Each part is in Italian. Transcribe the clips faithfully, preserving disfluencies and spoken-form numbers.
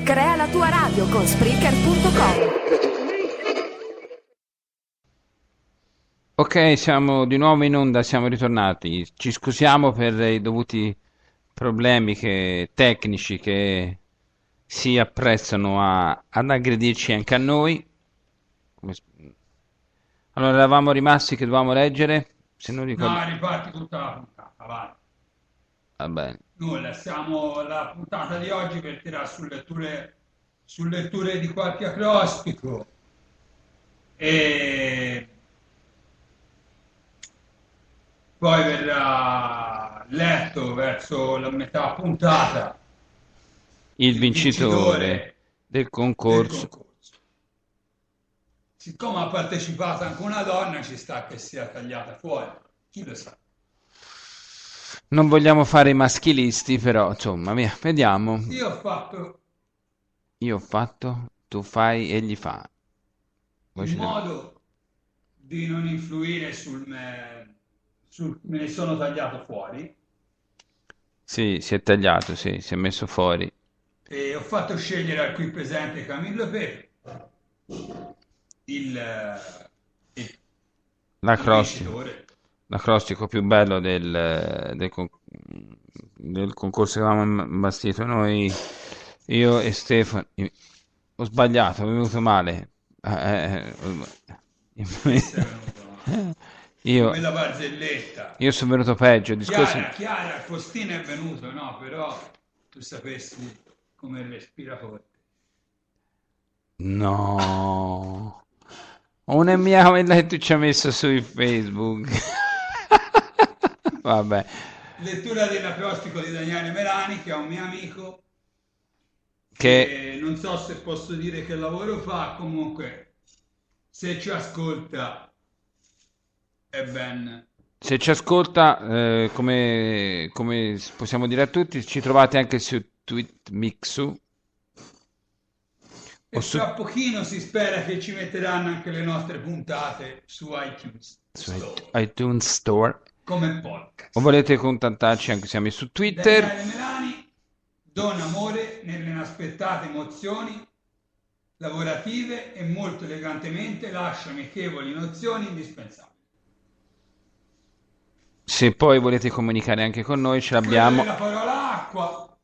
Crea la tua radio con Spreaker punto com. Ok, siamo di nuovo in onda, siamo ritornati. Ci scusiamo per i dovuti problemi che- tecnici che si apprestano a- ad aggredirci anche a noi. Come s- Allora, eravamo rimasti che dovevamo leggere, se non ricordo. No, riparti tutta la puntata, vai. Va bene. Nulla, siamo la puntata di oggi verterà su letture, su letture di qualche acrostico e poi verrà letto verso la metà puntata Il il vincitore vincitore del del concorso. concorso. Siccome ha partecipato anche una donna, ci sta che sia tagliata fuori, chi lo sa. Non vogliamo fare i maschilisti, però, insomma, via, vediamo. Io ho fatto Io ho fatto, tu fai, egli fa. Poi in ci deve- modo di non influire sul me, sul- me ne sono tagliato fuori Sì, si è tagliato, sì, si è messo fuori. e ho fatto scegliere al qui presente Camillo Pepe il, eh, il, il L'acrostico. vincitore. L'acrostico più bello del, del con- del concorso che avevamo imbastito noi, io e Stefano. Ho sbagliato, è venuto male. Eh, Che eh, sei venuto male. io, Come la barzelletta. io sono venuto peggio. Il discorso... Chiara, Chiara, Costina è venuto, no? Però tu sapessi come respira forte. No, una mia quella che tu ci hai messo su Facebook. Vabbè, Lettura dell'acrostico di Daniele Melani, che è un mio amico, che che non so se posso dire che lavoro fa, comunque se ci ascolta è ben. se ci ascolta, eh, come, come possiamo dire a tutti, ci trovate anche su Tweetmixu E o su, fra pochino si spera che ci metteranno anche le nostre puntate su iTunes su Store, iTunes Store. come O podcast. volete contattarci anche, siamo su Twitter. Daniele Melani dona amore nelle inaspettate emozioni lavorative e molto elegantemente lascia amichevoli nozioni indispensabili. Se poi volete comunicare anche con noi, ce Quella l'abbiamo. della parola acqua,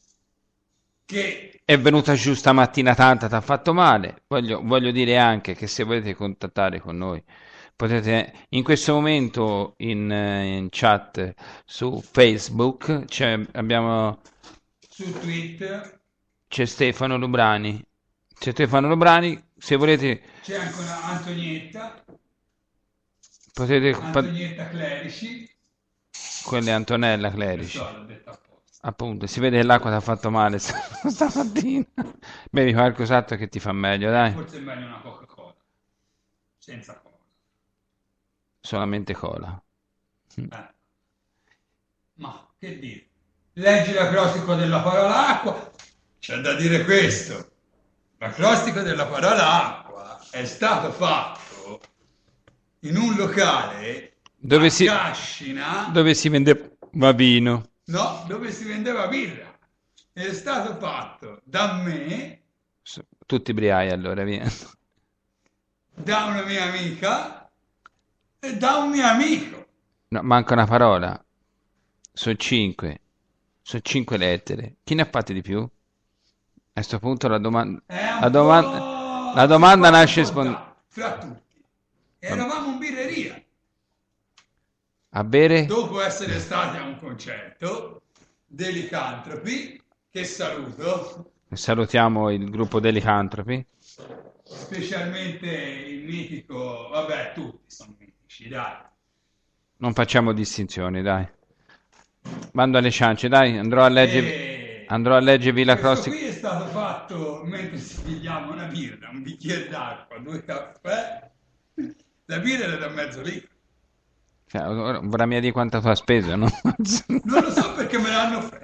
che È venuta giù stamattina tanta, ti ha fatto male. Voglio, voglio dire anche che se volete contattare con noi, potete in questo momento in, eh, in chat su Facebook, c'è, abbiamo, su Twitter c'è Stefano Lubrani. C'è Stefano Lubrani, se volete c'è anche una Antonietta, potete... pa- Antonietta Clerici, Quella è Antonella questo Clerici. l'ho detto apposta. Appunto, si vede che l'acqua ti ha fatto male stamattina. Bevi qualcos'altro che ti fa meglio, dai. Forse è meglio una Coca-Cola, senza cola. Solamente cola. Eh. Ma che dire? Leggi l'acrostico della parola acqua. C'è da dire questo. L'acrostico della parola acqua è stato fatto in un locale Dove a si, Cascina, dove si vendeva vino. no, dove si vendeva birra. È stato fatto da me, S- Tutti briai allora, via. da una mia amica e da un mio amico. No, manca una parola. Sono cinque. Sono cinque lettere. Chi ne ha fatte di più? A questo punto la domanda... È un La domanda... La po' domanda si può nasce spon- confrontare fra tutti. Eravamo in birreria. a bere? Dopo essere stati a un concerto dei Licantropi, che saluto, Salutiamo il gruppo dei licantropi. specialmente il mitico, vabbè, tutti sono mitici, dai. Non facciamo distinzioni, dai. Mando alle ciance, dai. Andrò a leggere... E Andrò a leggervi la questo crosti... qui è stato fatto mentre si pigliava una birra, un bicchiere d'acqua, due caffè. La birra era da mezzo litro. Cioè, ora vorrà mia di quanto tu hai speso, no? Non lo so perché me l'hanno offerta.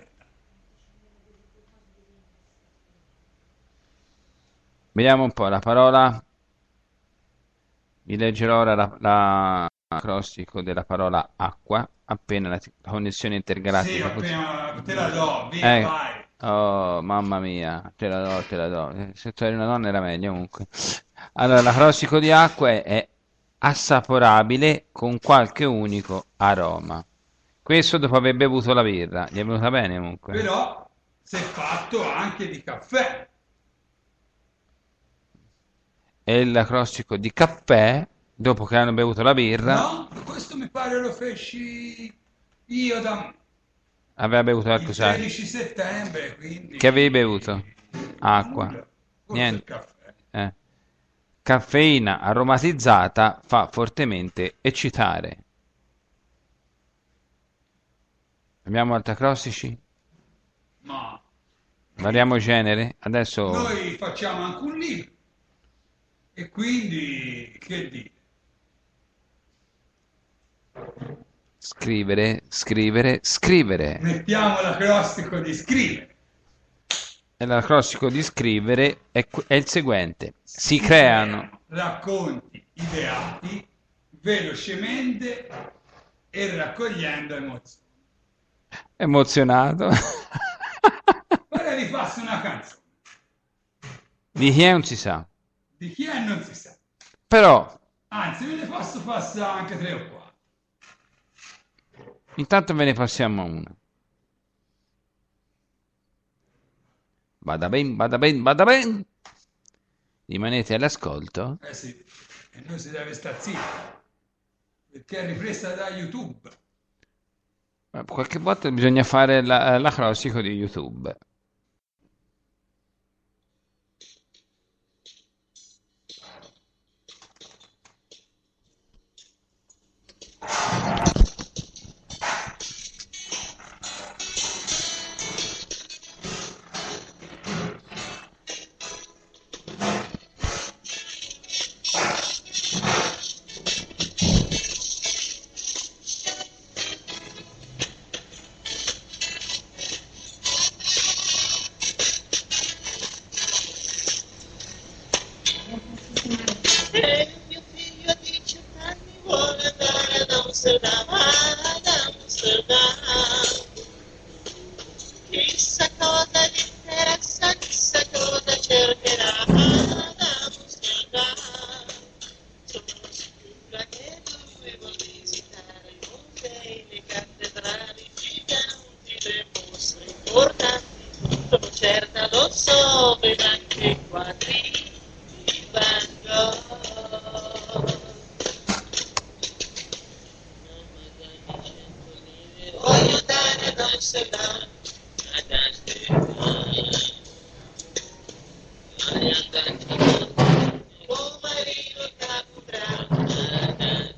Vediamo un po' la parola. Vi leggerò ora la, la- l'acrostico della parola acqua, appena la, t- la connessione Sì, intergalattica. appena te la do, via, Eh, vai. Oh, mamma mia, te la do, te la do. Eh, Se tu eri una donna era meglio comunque. Allora, l'acrostico di acqua è, è assaporabile con qualche unico aroma. Questo dopo aver bevuto la birra. Gli è venuta bene comunque. Però se fatto anche di caffè. E l'acrostico di caffè, dopo che hanno bevuto la birra, No, questo mi pare lo feci io da aveva bevuto il qualcos'altro. tredici settembre, Che avevi quindi bevuto? Acqua. nulla, forse il Niente. caffè. Eh. Caffeina aromatizzata fa fortemente eccitare. Abbiamo altri acrostici? Ma Variamo genere? Adesso noi facciamo anche un libro e quindi che dire? scrivere, scrivere, scrivere. Mettiamo l'acrostico di scrivere. E l'acrostico di scrivere è, que- è il seguente. Si Si creano. racconti ideati velocemente e raccogliendo emozioni. Emozionato. Ora vi passo una canzone. Di chi è non si sa. Di chi è non si sa. Però, Anzi, ve ne posso passare anche tre o quattro. intanto ve ne passiamo una. Vada ben, vada ben, vada ben. Rimanete all'ascolto. Eh sì, e noi si deve stare zitti, perché è ripresa da YouTube. Ma qualche volta bisogna fare la- l'acrostico di YouTube. E mio figlio di diciotto anni vuole andare ad Amsterdam, ad Amsterdam. Chissà cosa gli interessa, chissà cosa cercherà ad Amsterdam. Sono sicura che lui vuol visitare i musei, le cattedrali, giganti, le mostre importanti. Sono certa, lo so, vedrà anche i quadri di Van Gogh. Voglio andare ad Amsterdam, ad Amsterdam. Oh Marino Capodrama, ad Amsterdam.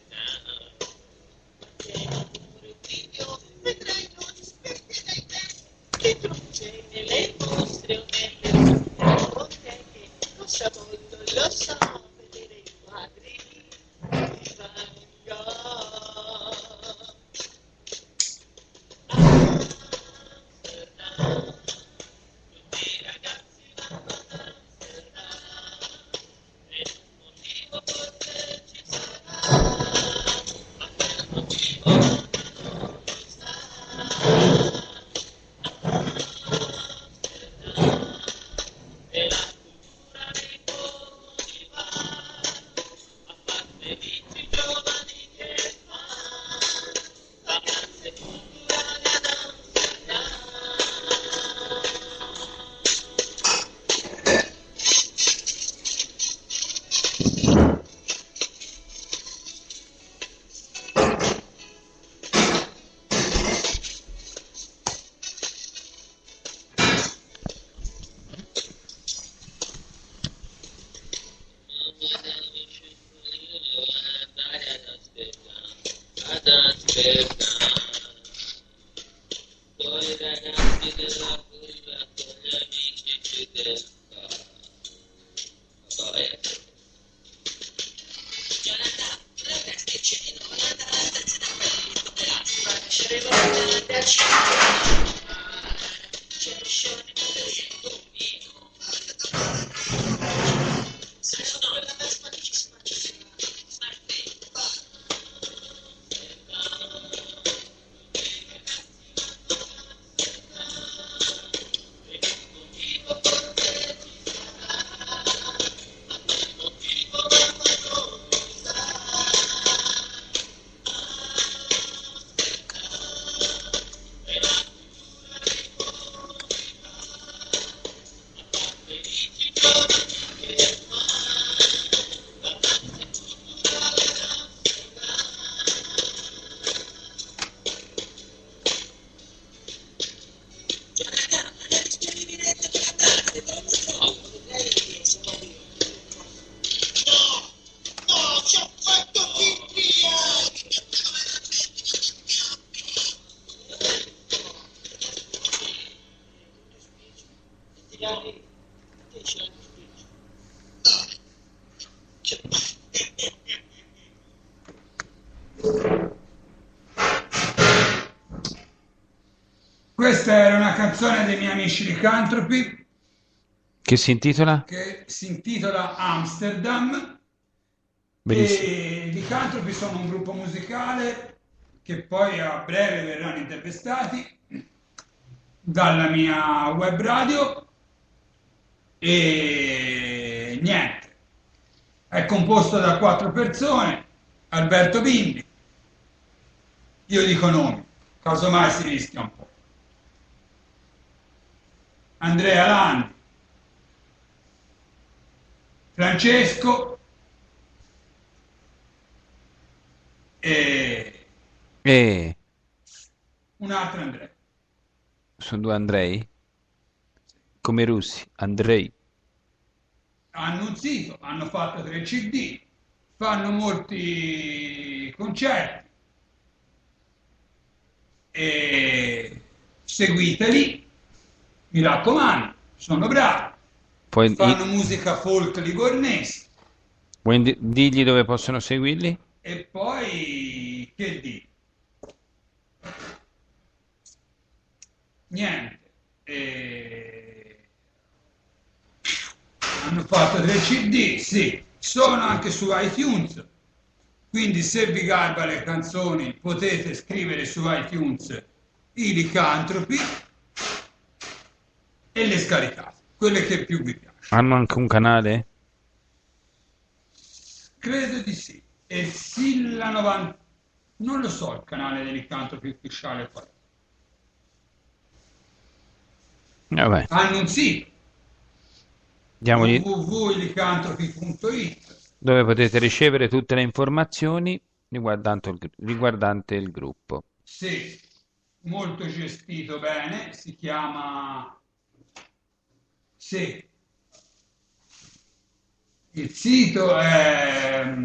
Tieni pure un video, vedrai non aspetterai te. Dentro un museo, nelle mostre o nelle biblioteche, lo sa molto, lo so, vedere i quadri di Van Gogh. Amsterdam, tutti i ragazzi vanno ad Amsterdam, e un motivo forse ci sarà, ma quel motivo non ci sta. Amsterdam è la cultura dei buoni bar, a parte vici giovani che fan vacanze culturali ad Amsterdam. Ad Amsterdam, coi ragazzi della curva, con gli amici del bar. Poi tirare te ce l'hai scritto. Questa era una canzone dei miei amici Licantropi Che si intitola? che si intitola Amsterdam. Benissimo. E i Licantropi sono un gruppo musicale che poi a breve verranno intervistati dalla mia web radio e niente, è composto da quattro persone: Alberto Bindi, io dico nomi, casomai si rischia un po', Andrea Landi, Francesco e E un altro Andrea. sono due Andrei? Come i russi, Andrei. Hanno un sito, hanno fatto tre C D, fanno molti concerti e seguiteli, mi raccomando, sono bravi, Puoi, fanno musica folk livornese vuoi di- dirgli dove possono seguirli? e poi che dire? Niente. E... hanno fatto tre C D, sì, sono anche su iTunes, quindi se vi garba le canzoni potete scrivere su iTunes i Licantropi e le scaricate, quelle che più vi piacciono. Hanno anche un canale? Credo di sì. E Silla novanta, non lo so il canale dei Licantropi ufficiale qual è. Vabbè, Hanno un sito diamogli w w w punto i licantropi punto i t dove potete ricevere tutte le informazioni riguardante il, gru- riguardante il gruppo. sì, molto gestito bene, si chiama sì, il sito è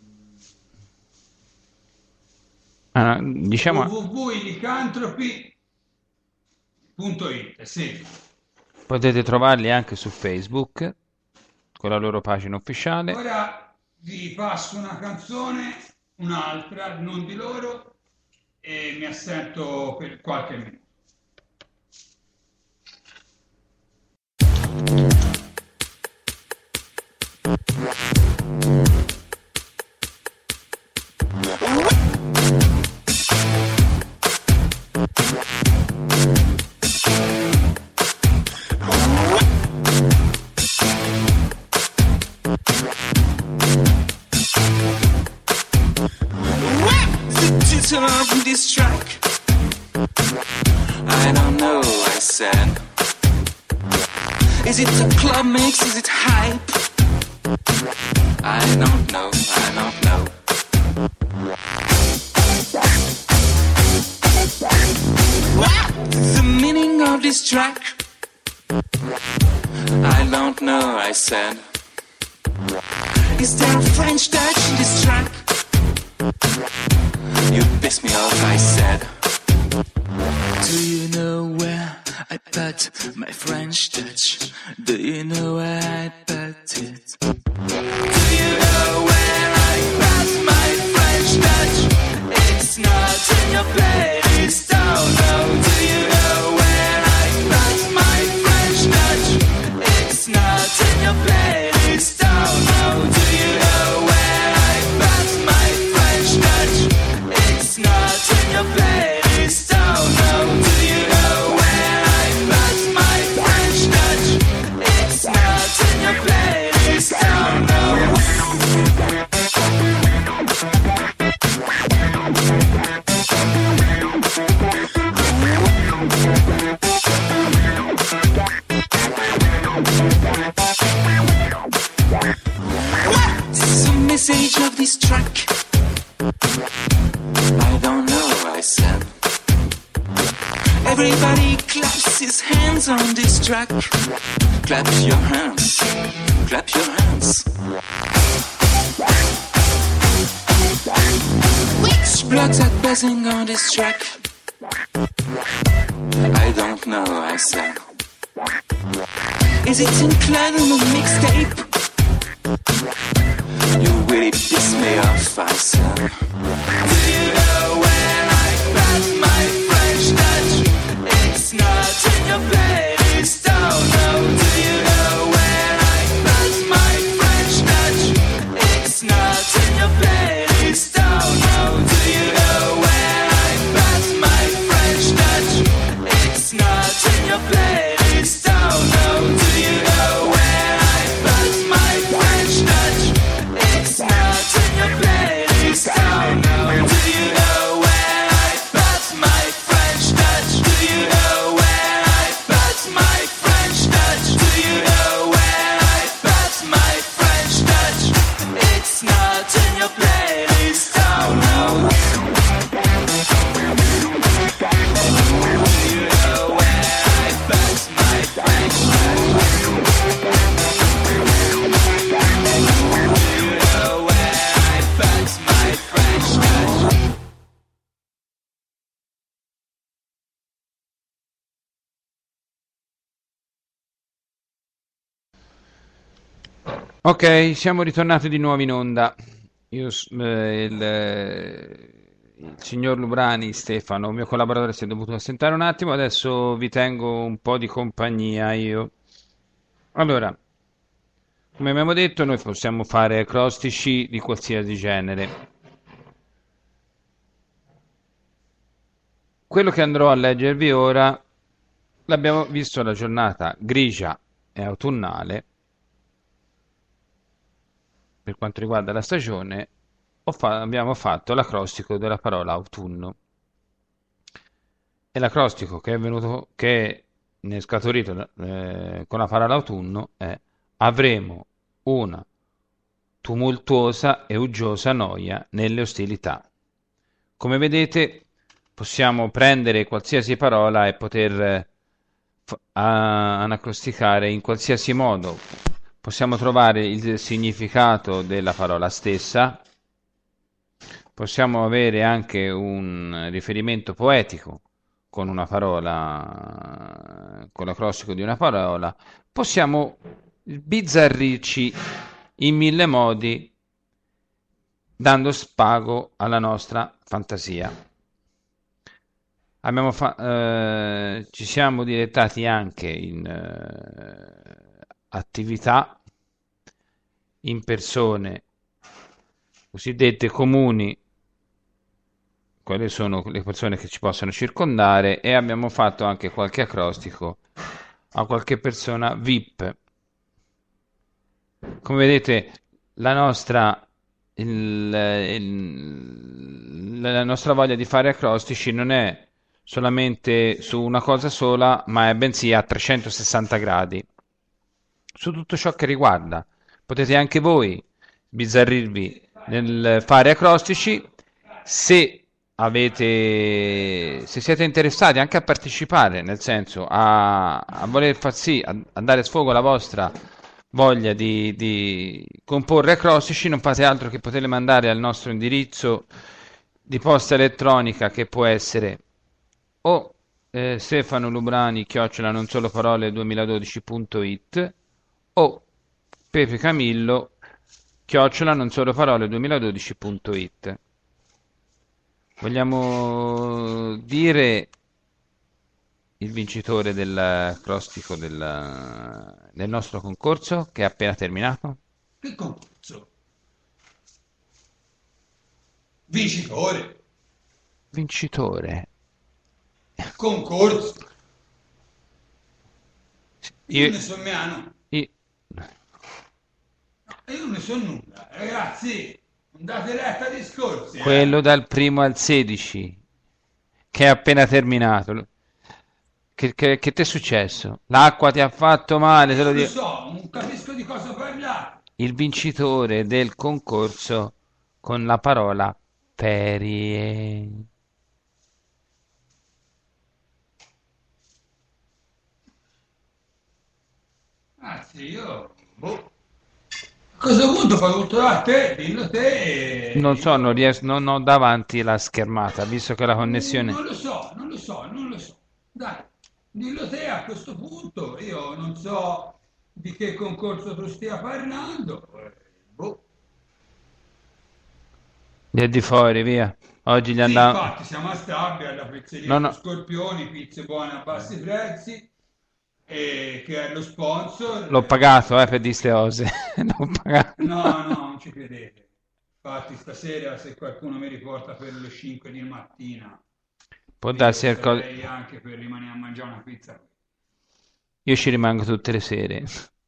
Ah, diciamo, w w w punto i licantropi punto i t, sì, potete trovarli anche su Facebook con la loro pagina ufficiale. ora vi passo una canzone, un'altra, non di loro, e mi assento per qualche minuto. The title of this track, I don't know, I said. Is it a club mix, is it hype? I don't know, I don't know. What's the meaning of this track? I don't know, I said. Is there a French touch in this track? You piss me off, I said. Do you know where I put my French touch? Do you know where I put it? Do you know where I put my French touch? It's not in your playlist, oh no. Do you know where I put my French touch? It's not in your playlist, oh no. Do you know where I put my French touch? It's not in your playlist, oh no. Do you know where I put my French touch? It's not in your playlist, oh no. What's the message of this track? I don't know, I said. Everybody claps his hands on this track. Clap your hands, clap your hands. Which blocks are buzzing on this track? I don't know, I said. Is it Tim Klein on a mixtape? You really piss me off, I said. Do you know when I pass my French touch? It's not in your playlist, oh no. Do you know when I pass my French touch? It's not in your playlist, oh no. Do you know when I pass my French touch? It's not in your playlist, oh no. Do you know when I pass my French touch? It's not in your playlist, oh no. Do you know when I pass my French touch? Do you know when I pass my French touch? Do you know when I pass my French touch? It's not in your playlist, oh no. Do you know when I pass my French touch? Do you know when I pass my French touch? Ok, siamo ritornati di nuovo in onda. Io, s- eh, il, eh, il signor Lubrani, Stefano, mio collaboratore, si è dovuto assentare un attimo. Adesso vi tengo un po' di compagnia io. Allora, come abbiamo detto, noi possiamo fare acrostici di qualsiasi genere. Quello che andrò a leggervi ora l'abbiamo visto la giornata grigia e autunnale. Per quanto riguarda la stagione, ho fa- abbiamo fatto l'acrostico della parola autunno. E l'acrostico che è venuto, che ne è scaturito eh, con la parola autunno è: avremo una tumultuosa e uggiosa noia nelle ostilità. Come vedete, possiamo prendere qualsiasi parola e poter eh, f- a- anacrosticare in qualsiasi modo. Possiamo trovare il significato della parola stessa, possiamo avere anche un riferimento poetico con una parola, con l'acrostico di una parola, possiamo bizzarrirci in mille modi dando spago alla nostra fantasia. Abbiamo fa- eh, ci siamo dilettati anche in eh, attività, in persone cosiddette comuni, quali sono le persone che ci possono circondare, e abbiamo fatto anche qualche acrostico a qualche persona V I P. Come vedete, la nostra, il- il- la nostra voglia di fare acrostici non è solamente su una cosa sola, ma è bensì a trecentosessanta gradi su tutto ciò che riguarda. Potete anche voi bizzarrirvi nel fare acrostici se avete, se siete interessati anche a partecipare, nel senso a, a voler far sì, a, a dare a sfogo la vostra voglia di, di comporre acrostici. Non fate altro che poterle mandare al nostro indirizzo di posta elettronica, che può essere o eh, Stefano Lubrani chiocciola non solo parole duemiladodici.it o Pepe Camillo chiocciola non solo parole duemiladodici.it. Vogliamo dire il vincitore dell'acrostico del, del nostro concorso che è appena terminato? Che concorso? Vincitore? Vincitore. Concorso? Io Io, ne so miano. io- E io non ne so nulla. Ragazzi, non date retta ai discorsi. eh. quello dal primo al sedici che è appena terminato. Che, che, che ti è successo? L'acqua ti ha fatto male, te lo Non lo dico. so, non capisco di cosa parlate. Il vincitore del concorso con la parola ferie. Anzi, io... Boh. A questo punto fai tutto da te, dillo te e... Non so, non io- riesco, non ho davanti la schermata, visto che la connessione. Non lo so, non lo so, non lo so. Dai, dillo te a questo punto, io non so di che concorso tu stia parlando. Eh, boh. Di di fuori, via. Oggi gli Sì, andiamo... infatti siamo a Stabia, alla pizzeria No, Gli no, Scorpioni, pizze buone a bassi prezzi, e che è lo sponsor. l'ho eh, pagato, eh, per di ste cose. L'ho pagato. No, no, non ci credete. Infatti stasera se qualcuno mi riporta per le cinque di mattina, Può io darsi il co- sarei anche per rimanere a mangiare una pizza. Io ci rimango tutte le sere.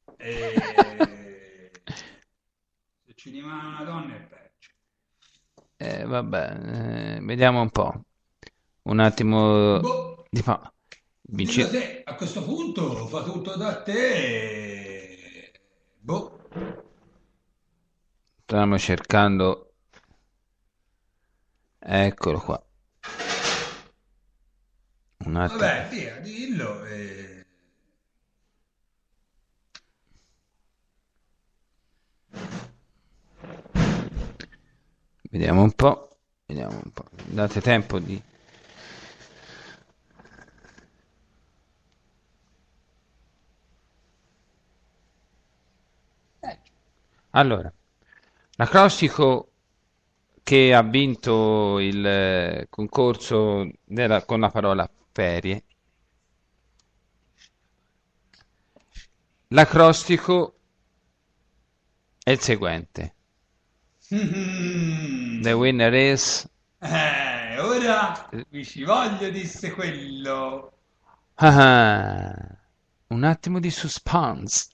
E se ci rimane una donna è peggio. Eh, vabbè, eh, vediamo un po'. Un attimo Boh, di fa. dillo Vinci... te, a questo punto fa tutto da te. e- Boh, Stiamo cercando. Eccolo qua. Un attimo. vabbè, via, dillo. e- Vediamo un po'. Vediamo un po'. Date tempo di. Allora, l'acrostico che ha vinto il eh, concorso della- con la parola ferie. L'acrostico è il seguente. The winner is... Eh, ora vi ci voglio, disse quello. Ah, un attimo di suspense.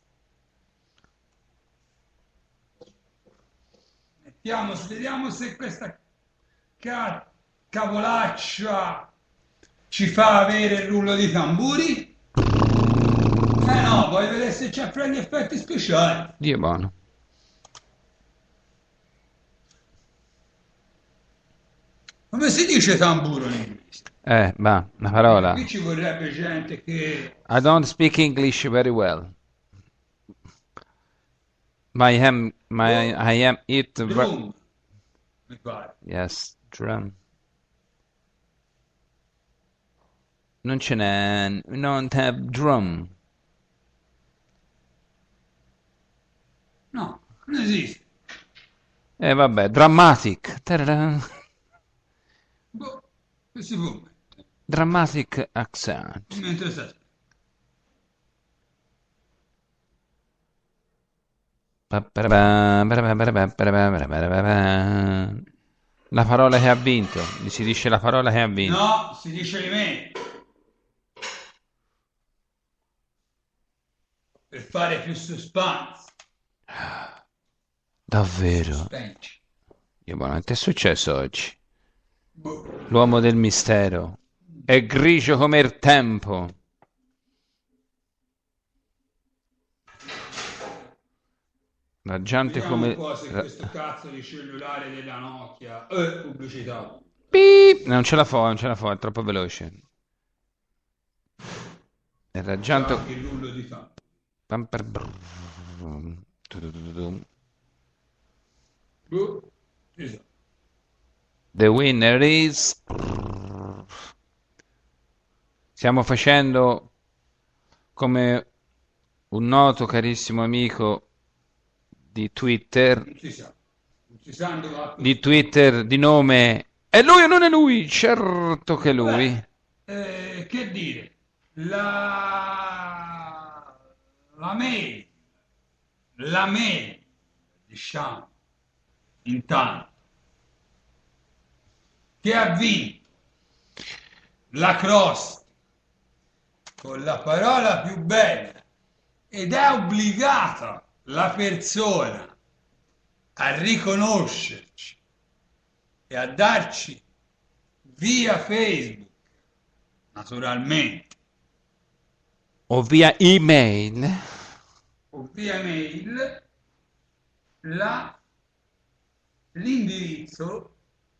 Mettiamo, vediamo se questa ca- cavolaccia ci fa avere il rullo di tamburi. Eh no, voglio vedere se c'è fra gli effetti speciali. Dio buono. Come si dice tamburo in inglese? Eh, va, una Perché parola. qui ci vorrebbe gente che... I don't speak English very well. My am, my, I am it. ver- Drum, mi pare. Yes, drum. Non ce n'è. Non have drum. No, non esiste. E vabbè, dramatic. Tarara. Boh, che si può mettere? Dramatic accent. Mentre sta... La parola che ha vinto. Gli si dice la parola che ha vinto. No, si dice me. Per fare più suspense. Davvero. Suspense. Dio buono, che è successo oggi? Boh. L'uomo del mistero. È grigio come il tempo. Raggiante Vediamo un come... po' se ra- questo cazzo di cellulare della Nokia... Eh, pubblicità. Piip! Non ce la fa, non ce la fa, è troppo veloce. È C'ha raggiante... anche il rullo di fa. Pam per brum. Tu-tu-tu-tu. Boh. Esatto. The winner is... Stiamo facendo come un noto carissimo amico di Twitter, Non si sa. Non si sa dove va. di Twitter di nome... È lui o non è lui? Certo che è lui. Beh, eh, che dire? La... La mail. La mail. Diciamo. Intanto. Che ha vinto la crosta con la parola più bella ed è obbligata la persona a riconoscerci e a darci via Facebook, naturalmente, O via email. o via mail, la- l'indirizzo,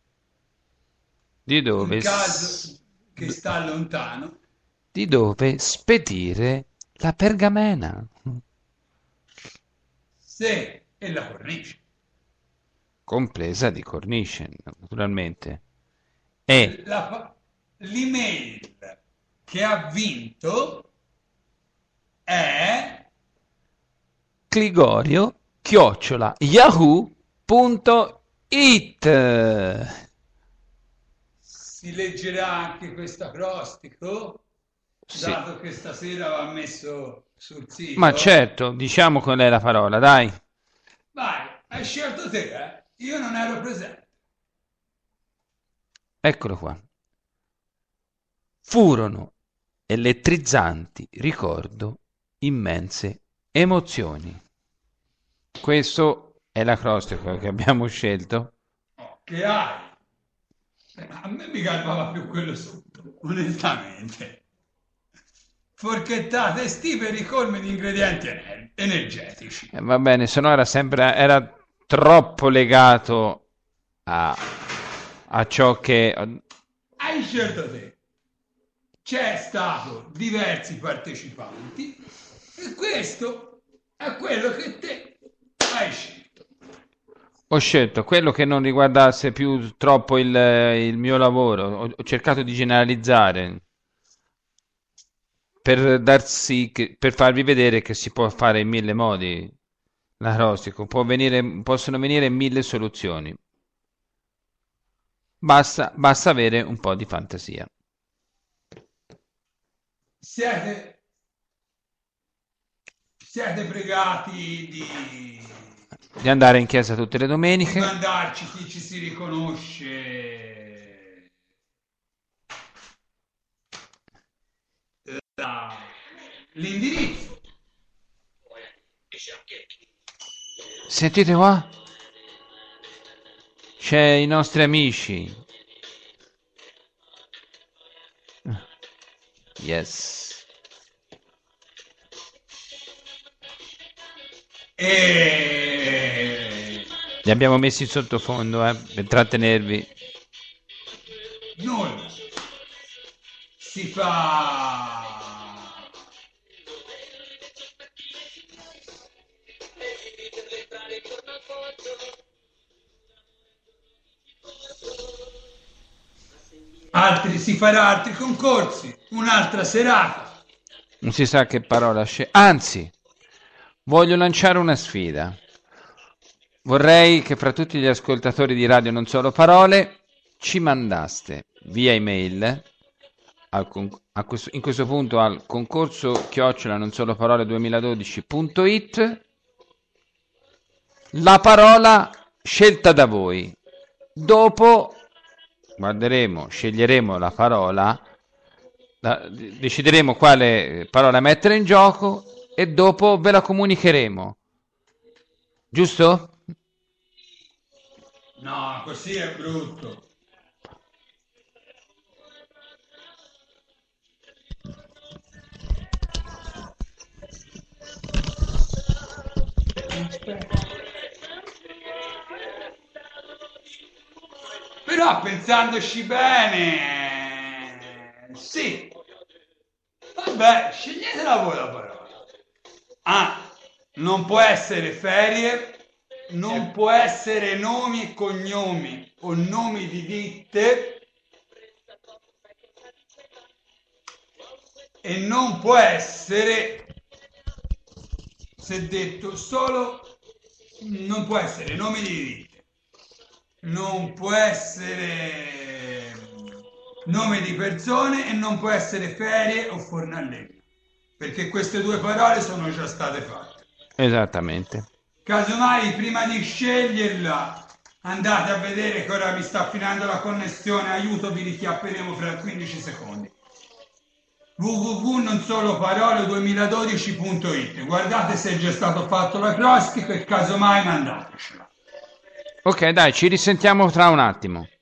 Di in dove... caso s- che sta lontano, Di dove spedire la pergamena. se e la cornice. Compresa di cornice, naturalmente. E La pa- l'email che ha vinto è cligorio chiocciola yahoo punto it. Si leggerà anche questo acrostico, Sì. dato che stasera va messo sul sito. Ma certo, diciamo qual è la parola, dai. Vai, hai scelto te, eh? Io non ero presente. Eccolo qua. Furono elettrizzanti, ricordo, immense emozioni. Questo è l'acrostico che abbiamo scelto. Oh, che hai? Eh, A me mi calmava più quello sotto, onestamente. Forchettate estive ricolme di ingredienti ener- energetici. Eh, va bene, se no era sempre era troppo legato a, a ciò che Hai scelto te. C'è stato diversi partecipanti e questo è quello che te hai scelto. ho scelto, quello che non riguardasse più troppo il, il mio lavoro. Ho, ho cercato di generalizzare per darsi che- per farvi vedere che si può fare in mille modi l'acrostico, può venire, possono venire mille soluzioni. Basta, basta avere un po' di fantasia. Siete, siete pregati di, Di andare in chiesa tutte le di domeniche. mandarci chi ci si riconosce la- l'indirizzo. Sentite qua? C'è i nostri amici. Yes. E Li abbiamo messi in sottofondo, eh, per trattenervi. nulla. Si fa altri, si farà altri concorsi, un'altra serata. Non si sa che parola scel- Anzi, voglio lanciare una sfida. Vorrei che fra tutti gli ascoltatori di Radio Non Solo Parole ci mandaste via email al con- a questo- in questo punto al concorso chiocciola non solo parole duemiladodici punto it la parola scelta da voi. Dopo guarderemo, sceglieremo la parola, la- decideremo quale parola mettere in gioco e dopo ve la comunicheremo. Giusto? No, così è brutto. Però pensandoci bene, sì. Vabbè, sceglietela voi la parola. Ah, non può essere ferie, non può essere nomi e cognomi o nomi di ditte e non può essere, se detto solo, non può essere nomi di ditte, non può essere nome di persone e non può essere ferie o fornallegna, perché queste due parole sono già state fatte. Esattamente. Casomai, prima di sceglierla, andate a vedere che ora mi sta finendo la connessione, aiuto, vi richiapperemo fra quindici secondi. w w w punto non solo parole duemiladodici punto it. Guardate se è già stato fatto l'acrostico e casomai mandatecela. Ok, dai, ci risentiamo tra un attimo.